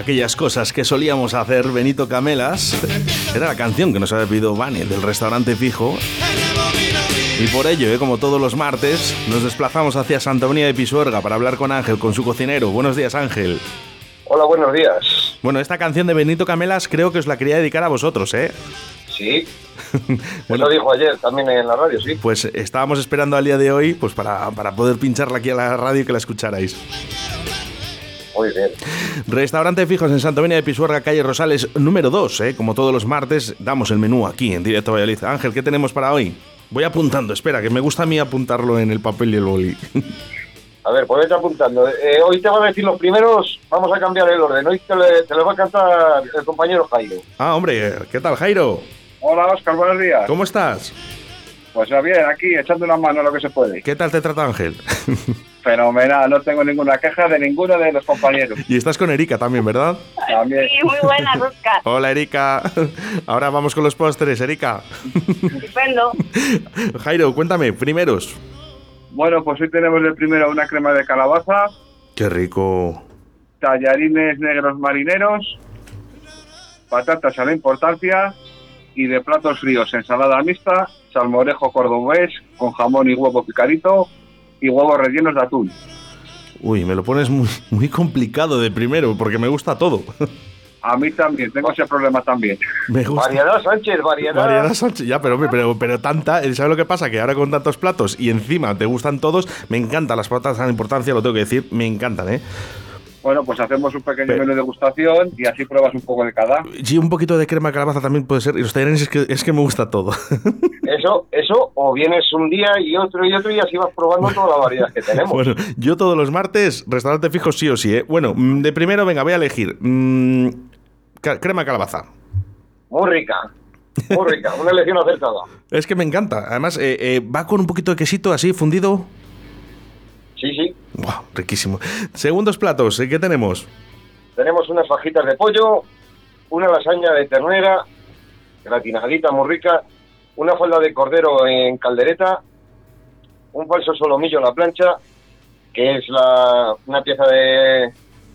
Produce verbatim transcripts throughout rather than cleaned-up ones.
aquellas cosas que solíamos hacer Benito Camelas. Era la canción que nos había pedido Vane del restaurante Fijo. Y por ello, ¿eh? como todos los martes, nos desplazamos hacia Santa Bonía de Pisuerga para hablar con Ángel, con su cocinero. Buenos días, Ángel. Hola, buenos días. Bueno, esta canción de Benito Camelas creo que os la quería dedicar a vosotros, ¿eh? Sí. Bueno, lo dijo ayer también en la radio, sí. Pues estábamos esperando al día de hoy pues para, para poder pincharla aquí a la radio y que la escucharais. Muy bien. Restaurante Fijos en Santa Bonía de Pisuerga, calle Rosales, número dos, ¿eh? Como todos los martes, damos el menú aquí en Directo Valladolid. Ángel, ¿qué tenemos para hoy? Voy apuntando, espera, que me gusta a mí apuntarlo en el papel y el boli. A ver, pues vete apuntando. Eh, hoy te van a decir los primeros, vamos a cambiar el orden. Hoy te, le, te lo va a cantar el compañero Jairo. Ah, hombre, ¿qué tal, Jairo? Hola, Óscar, buenos días. ¿Cómo estás? Pues bien, aquí, echando una mano a lo que se puede. ¿Qué tal te trata Ángel? Fenomenal, no tengo ninguna queja de ninguno de los compañeros. Y estás con Erika también, ¿verdad? También. Sí, muy buenas, Óscar. Hola, Erika. Ahora vamos con los postres, Erika. Estupendo. Jairo, cuéntame, primeros. Bueno, pues hoy tenemos el primero una crema de calabaza. Qué rico. Tallarines negros marineros. Patatas a la importancia. Y de platos fríos, ensalada mixta, salmorejo cordobés con jamón y huevo picadito y huevos rellenos de atún. Uy, me lo pones muy, muy complicado de primero, porque me gusta todo. A mí también, tengo ese problema también. Me gusta. Variedad, Sánchez, variedad. Variedad, Sánchez. Ya, pero, pero, pero tanta, ¿sabes lo que pasa? Que ahora con tantos platos y encima te gustan todos, me encantan las patatas a la importancia, lo tengo que decir, me encantan, ¿eh? Bueno, pues hacemos un pequeño Pero, menú de degustación y así pruebas un poco de cada. Sí, un poquito de crema de calabaza también puede ser. Y los tallarines es que, es que me gusta todo. Eso, eso, o vienes un día y otro y otro y así vas probando toda la variedad que tenemos. Bueno, yo todos los martes, restaurante Fijo sí o sí, ¿eh? Bueno, de primero, venga, voy a elegir. Mmm, crema de calabaza. Muy rica, muy rica, una elección acertada. Es que me encanta. Además, eh, eh, va con un poquito de quesito así, fundido. Sí, sí. Wow, riquísimo. Segundos platos, ¿qué tenemos? Tenemos unas fajitas de pollo, una lasaña de ternera, gratinadita muy rica, una falda de cordero en caldereta, un falso solomillo a la plancha, que es la una pieza de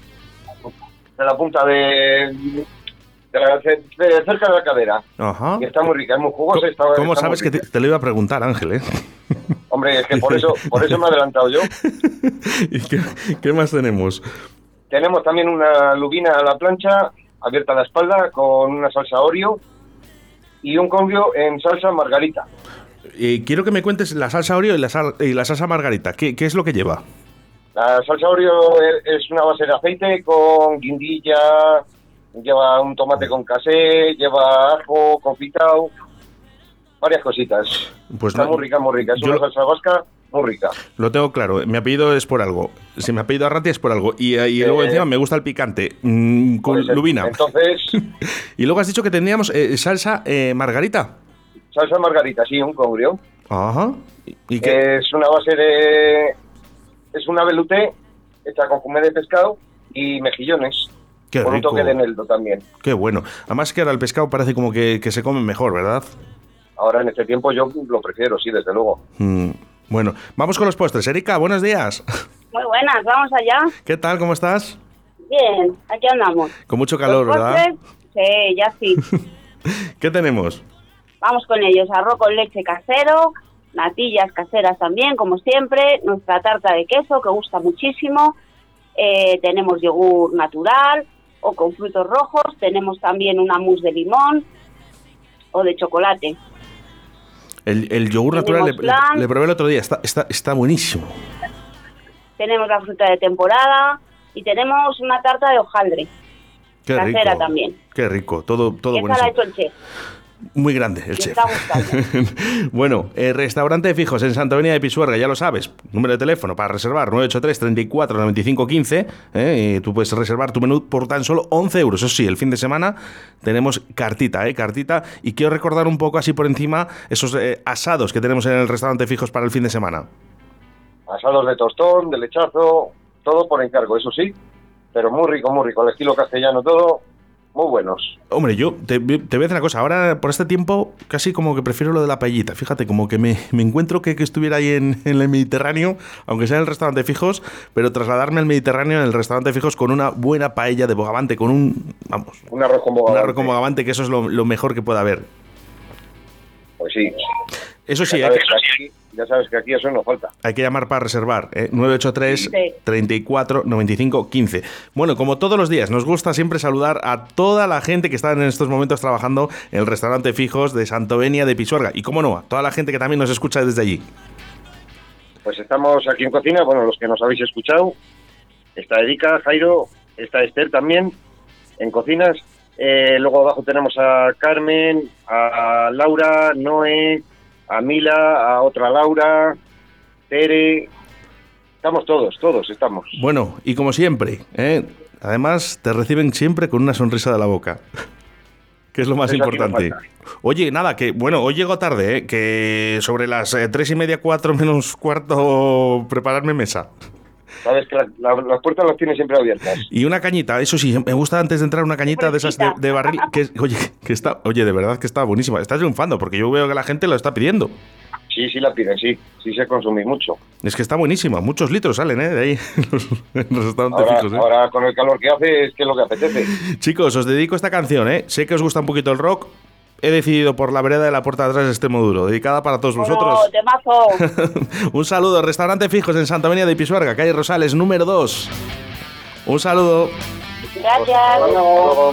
de la punta de, de, la, de, de cerca de la cadera. Ajá. Y está muy rica, es muy jugosa. Está, ¿Cómo está sabes que te, te lo iba a preguntar, Ángel, eh? Hombre, es que por eso, por eso me he adelantado yo. ¿Y qué, qué más tenemos? Tenemos también una lubina a la plancha, abierta a la espalda, con una salsa Oreo y un congrio en salsa margarita. Eh, quiero que me cuentes la salsa Oreo y la, sal, y la salsa margarita. ¿Qué, ¿Qué es lo que lleva? La salsa Oreo es una base de aceite con guindilla, lleva un tomate con casé, lleva ajo confitado, varias cositas. Pues Está no, muy rica, muy rica. Es yo una lo, salsa vasca muy rica. Lo tengo claro. Mi apellido es por algo. Si mi apellido Arratia es por algo. Y, y eh, luego encima me gusta el picante. Mmm, con pues, lubina. Entonces... Y luego has dicho que teníamos eh, salsa eh, margarita. Salsa margarita, sí, un congrio. Ajá. ¿Y, y qué? Es una base de... Es una velouté hecha con fumé de pescado y mejillones. Qué con rico. Un toque de eneldo también. Qué bueno. Además que ahora el pescado parece como que, que se come mejor, ¿verdad? Ahora en este tiempo yo lo prefiero, sí, desde luego. Mm, bueno, vamos con los postres. Erika, buenos días. Muy buenas, vamos allá. ¿Qué tal? ¿Cómo estás? Bien, aquí andamos. Con mucho calor, ¿Los ¿verdad? postres? Sí, ya sí. ¿Qué tenemos? Vamos con ellos, arroz con leche casero, natillas caseras también, como siempre, nuestra tarta de queso, que gusta muchísimo, eh, tenemos yogur natural o con frutos rojos, tenemos también una mousse de limón o de chocolate. El, el yogur natural le, le, le probé el otro día, está, está, está buenísimo. Tenemos la fruta de temporada y tenemos una tarta de hojaldre. Qué casera rico. También. Qué rico, todo, todo Esa buenísimo. la ha hecho el chef. Muy grande el Me chef. está gustando. Bueno, eh, restaurante Fijos en Santa Bonía de Pisuerga, ya lo sabes. Número de teléfono para reservar nueve ocho tres, treinta y cuatro, noventa y cinco quince. Eh, y tú puedes reservar tu menú por tan solo once euros. Eso sí, el fin de semana tenemos cartita, eh, cartita. Y quiero recordar un poco así por encima esos eh, asados que tenemos en el restaurante Fijos para el fin de semana. Asados de tostón, de lechazo, todo por encargo, eso sí. Pero muy rico, muy rico. El estilo castellano todo. muy buenos. Hombre, yo te, te voy a decir una cosa. Ahora, por este tiempo, casi como que prefiero lo de la paellita. Fíjate, como que me, me encuentro que, que estuviera ahí en, en el Mediterráneo, aunque sea en el restaurante Fijos, pero trasladarme al Mediterráneo en el restaurante Fijos con una buena paella de bogavante, con un, vamos... Un arroz con bogavante. Un arroz con bogavante, que eso es lo, lo mejor que pueda haber. Pues sí. Eso sí, ya hay sabes, que, que aquí, ya sabes que aquí eso no falta. hay que llamar para reservar, ¿eh? nueve ocho tres, treinta y cuatro, noventa y cinco, quince. Bueno, como todos los días, nos gusta siempre saludar a toda la gente que está en estos momentos trabajando en el restaurante Fijos de Santovenia de Pisuerga. Y cómo no, a toda la gente que también nos escucha desde allí. Pues estamos aquí en cocina, bueno, los que nos habéis escuchado. Está Erika, Jairo, está Esther también en cocinas. Eh, luego abajo tenemos a Carmen, a Laura, Noé, a Mila, a otra Laura, Tere. Estamos todos, todos estamos. Bueno, y como siempre, ¿eh? Además te reciben siempre con una sonrisa de la boca, que es lo más Eso aquí importante. no falta. Oye, nada, que bueno, hoy llego tarde, ¿eh? Que sobre las eh, tres y media, cuatro menos cuarto, prepararme mesa. Sabes que la, la, las puertas las tiene siempre abiertas. Y una cañita, eso sí, me gusta antes de entrar una cañita de esas de, de barril, que oye, que está, oye, de verdad que está buenísima. Está triunfando, porque yo veo que la gente lo está pidiendo. Sí, sí la piden, sí. Sí se consume mucho. Es que está buenísima, muchos litros salen, ¿eh? De ahí, en los, en los restaurantes Ahora, Fijos, ¿eh? ahora con el calor que hace es que es lo que apetece. Chicos, os dedico esta canción, ¿eh? Sé que os gusta un poquito el rock. He decidido por la vereda de la puerta de atrás de Extremo Duro, dedicada para todos vosotros. ¡Oh, temazo! Un saludo, restaurante Fijos en Santovenia de Pisuerga, calle Rosales, número dos. Un saludo. Gracias. Hasta luego.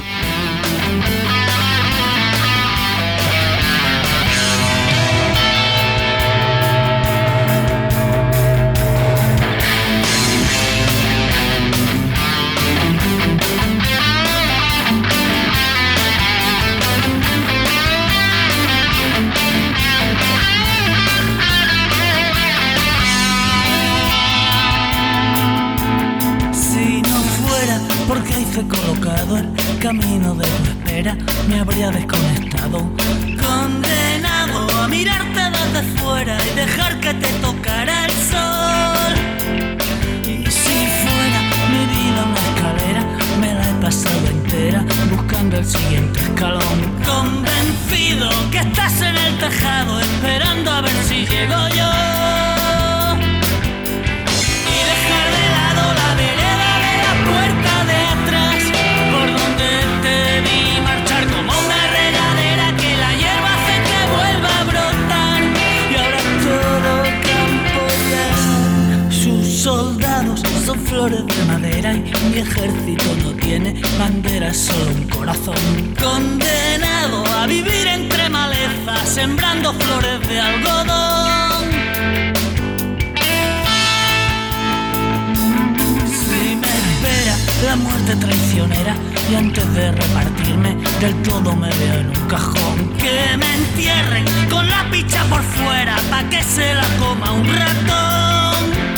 Porque hice colocado el camino de tu espera, me habría desconectado, condenado a mirarte desde fuera y dejar que te tocara el sol. Y si fuera mi vida una escalera, me la he pasado entera buscando el siguiente escalón, convencido que estás en el tejado esperando a ver si llego yo. Y dejar de lado la vereda de la puerta de atrás, por donde te vi marchar como una regadera que la hierba hace que vuelva a brotar. Y ahora todo campo llano, sus soldados son flores de madera y mi ejército no tiene bandera, solo un corazón condenado a vivir entre malezas, sembrando flores de algodón. Si me espera la muerte traicionera y antes de repartirme del todo me veo en un cajón, que me entierren con la picha por fuera pa' que se la coma un ratón.